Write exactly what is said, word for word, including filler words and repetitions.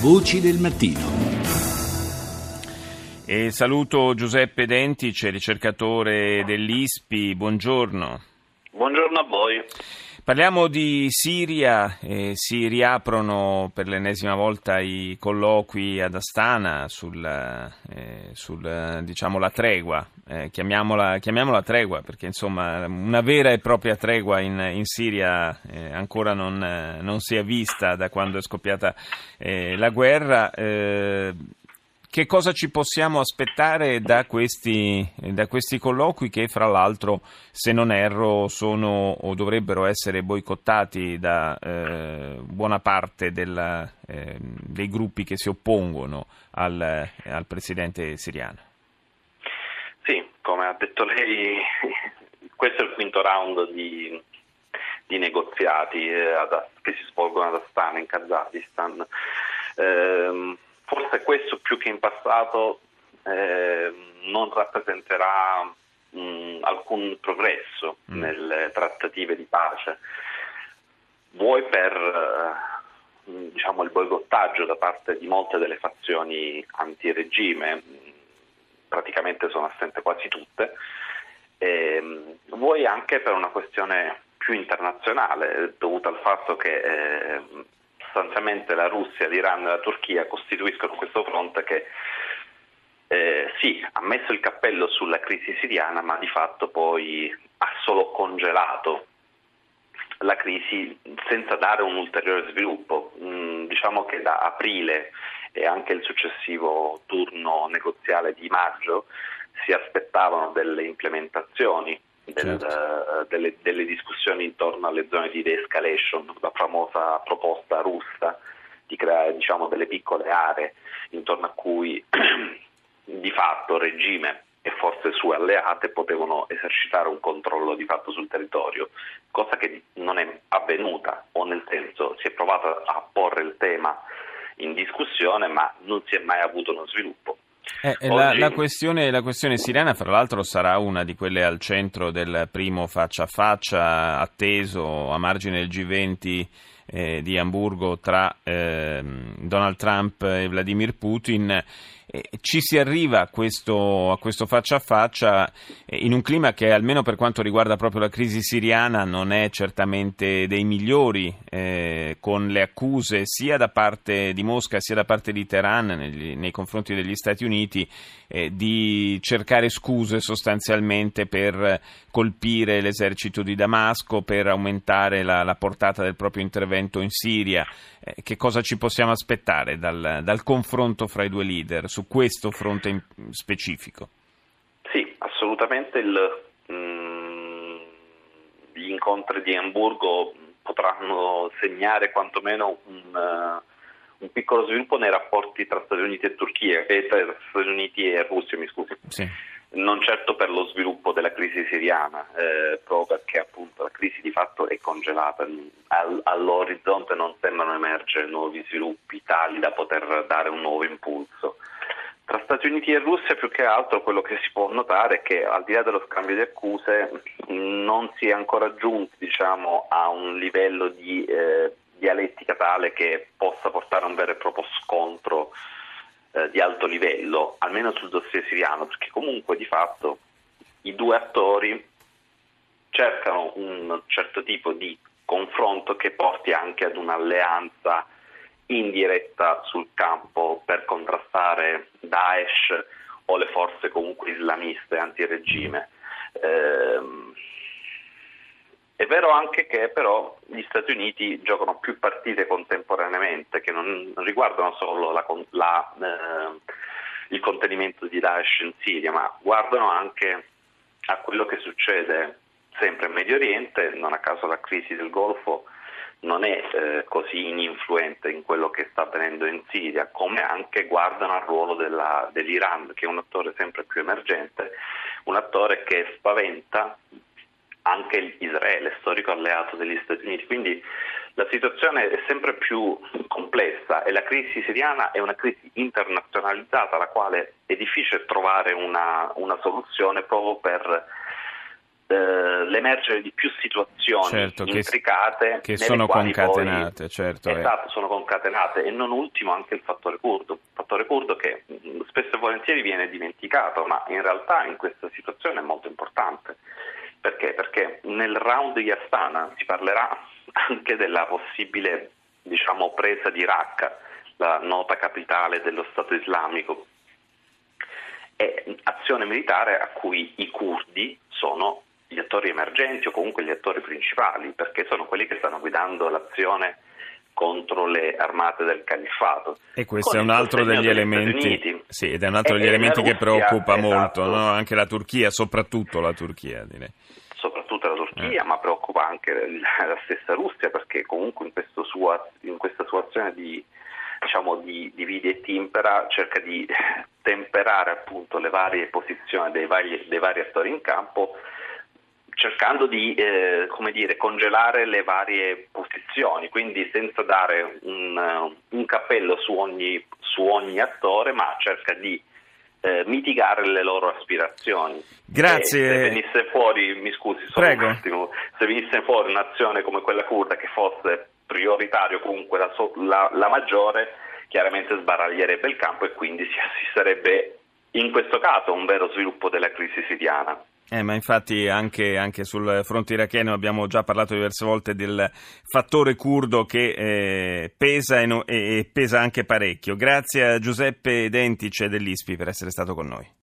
Voci del mattino. E saluto Giuseppe Dentice, ricercatore dell'I S P I. Buongiorno. Buongiorno a voi. Parliamo di Siria, eh, si riaprono per l'ennesima volta i colloqui ad Astana sul, eh, sul diciamo la tregua, eh, chiamiamola, chiamiamola tregua perché insomma una vera e propria tregua in, in Siria eh, ancora non, eh, non si è vista da quando è scoppiata eh, la guerra. Eh, Che cosa ci possiamo aspettare da questi, da questi colloqui che, fra l'altro, se non erro, sono o dovrebbero essere boicottati da eh, buona parte della, eh, dei gruppi che si oppongono al, al presidente siriano? Sì, come ha detto lei, questo è il quinto round di, di negoziati eh, ad, che si svolgono ad Astana, in Kazakistan. Eh, Forse questo più che in passato eh, non rappresenterà mh, alcun progresso mm. nelle trattative di pace, vuoi per eh, diciamo il boicottaggio da parte di molte delle fazioni antiregime, praticamente sono assente quasi tutte, e, vuoi anche per una questione più internazionale dovuta al fatto che eh, sostanzialmente la Russia, l'Iran e la Turchia costituiscono questo fronte che eh, sì, ha messo il cappello sulla crisi siriana, ma di fatto poi ha solo congelato la crisi senza dare un ulteriore sviluppo. Mm, diciamo che da aprile e anche il successivo turno negoziale di maggio si aspettavano delle implementazioni. Del, certo. delle, delle discussioni intorno alle zone di de-escalation, la famosa proposta russa di creare diciamo delle piccole aree intorno a cui di fatto regime e forze sue alleate potevano esercitare un controllo di fatto sul territorio, cosa che non è avvenuta, o nel senso si è provato a porre il tema in discussione ma non si è mai avuto uno sviluppo. Eh, la, la, questione, la questione siriana, fra l'altro, sarà una di quelle al centro del primo faccia a faccia atteso a margine del G venti eh, di Amburgo tra eh, Donald Trump e Vladimir Putin. Eh, ci si arriva a questo, a questo faccia a faccia eh, in un clima che, almeno per quanto riguarda proprio la crisi siriana, non è certamente dei migliori, eh, con le accuse sia da parte di Mosca sia da parte di Teheran negli, nei confronti degli Stati Uniti eh, di cercare scuse sostanzialmente per colpire l'esercito di Damasco, per aumentare la, la portata del proprio intervento in Siria. Eh, che cosa ci possiamo aspettare dal, dal confronto fra i due leader su questo fronte in specifico? Sì, assolutamente il, mh, gli incontri di Amburgo potranno segnare quantomeno un, uh, un piccolo sviluppo nei rapporti tra Stati Uniti e Turchia, e tra Stati Uniti e Russia, mi scusi. Sì. Non certo per lo sviluppo della crisi siriana, eh, proprio perché appunto la crisi di fatto è congelata, All, all'orizzonte non sembrano emergere nuovi sviluppi tali da poter dare un nuovo impulso. Tra Stati Uniti e Russia più che altro quello che si può notare è che al di là dello scambio di accuse non si è ancora giunti diciamo a un livello di eh, dialettica tale che possa portare a un vero e proprio scontro di alto livello, almeno sul dossier siriano, perché comunque di fatto i due attori cercano un certo tipo di confronto che porti anche ad un'alleanza indiretta sul campo per contrastare Daesh o le forze comunque islamiste antiregime. Ehm, È vero anche che però gli Stati Uniti giocano più partite contemporaneamente che non riguardano solo la, la, eh, il contenimento di Daesh in Siria, ma guardano anche a quello che succede sempre in Medio Oriente. Non a caso la crisi del Golfo non è eh, così ininfluente in quello che sta avvenendo in Siria, come anche guardano al ruolo della, dell'Iran, che è un attore sempre più emergente, un attore che spaventa anche Israele, storico alleato degli Stati Uniti. Quindi la situazione è sempre più complessa e la crisi siriana è una crisi internazionalizzata alla quale è difficile trovare una, una soluzione proprio per eh, l'emergere di più situazioni certo, intricate che, che sono concatenate, poi, certo. Esatto, eh. sono concatenate, e non ultimo anche il fattore curdo, il fattore curdo che mh, spesso e volentieri viene dimenticato, ma in realtà in questa situazione è molto importante. Perché? Perché nel round di Astana si parlerà anche della possibile, diciamo, presa di Raqqa, la nota capitale dello Stato islamico, e azione militare a cui i curdi sono gli attori emergenti o comunque gli attori principali, perché sono quelli che stanno guidando l'azione contro le armate del califfato. E questo è un altro degli elementi, sì, ed è un altro degli elementi che preoccupa molto, esatto, no? Anche la Turchia, soprattutto la Turchia, direi. Soprattutto la Turchia, eh. ma preoccupa anche la stessa Russia, perché comunque in, questo sua, in questa sua azione di, diciamo, di divide e timpera cerca di temperare appunto le varie posizioni dei vari, dei vari attori in campo, cercando di eh, come dire, congelare le varie posizioni, quindi senza dare un, un cappello su ogni, su ogni attore, ma cerca di eh, mitigare le loro aspirazioni. Grazie. E se venisse fuori, mi scusi solo Prego. un attimo, se venisse fuori un'azione come quella curda che fosse prioritario, comunque la, la, la maggiore, chiaramente sbaraglierebbe il campo e quindi si assisterebbe in questo caso a un vero sviluppo della crisi siriana. Eh, ma infatti anche, anche sul fronte iracheno abbiamo già parlato diverse volte del fattore curdo che eh, pesa e, no, e pesa anche parecchio. Grazie a Giuseppe Dentice dell'I S P I per essere stato con noi.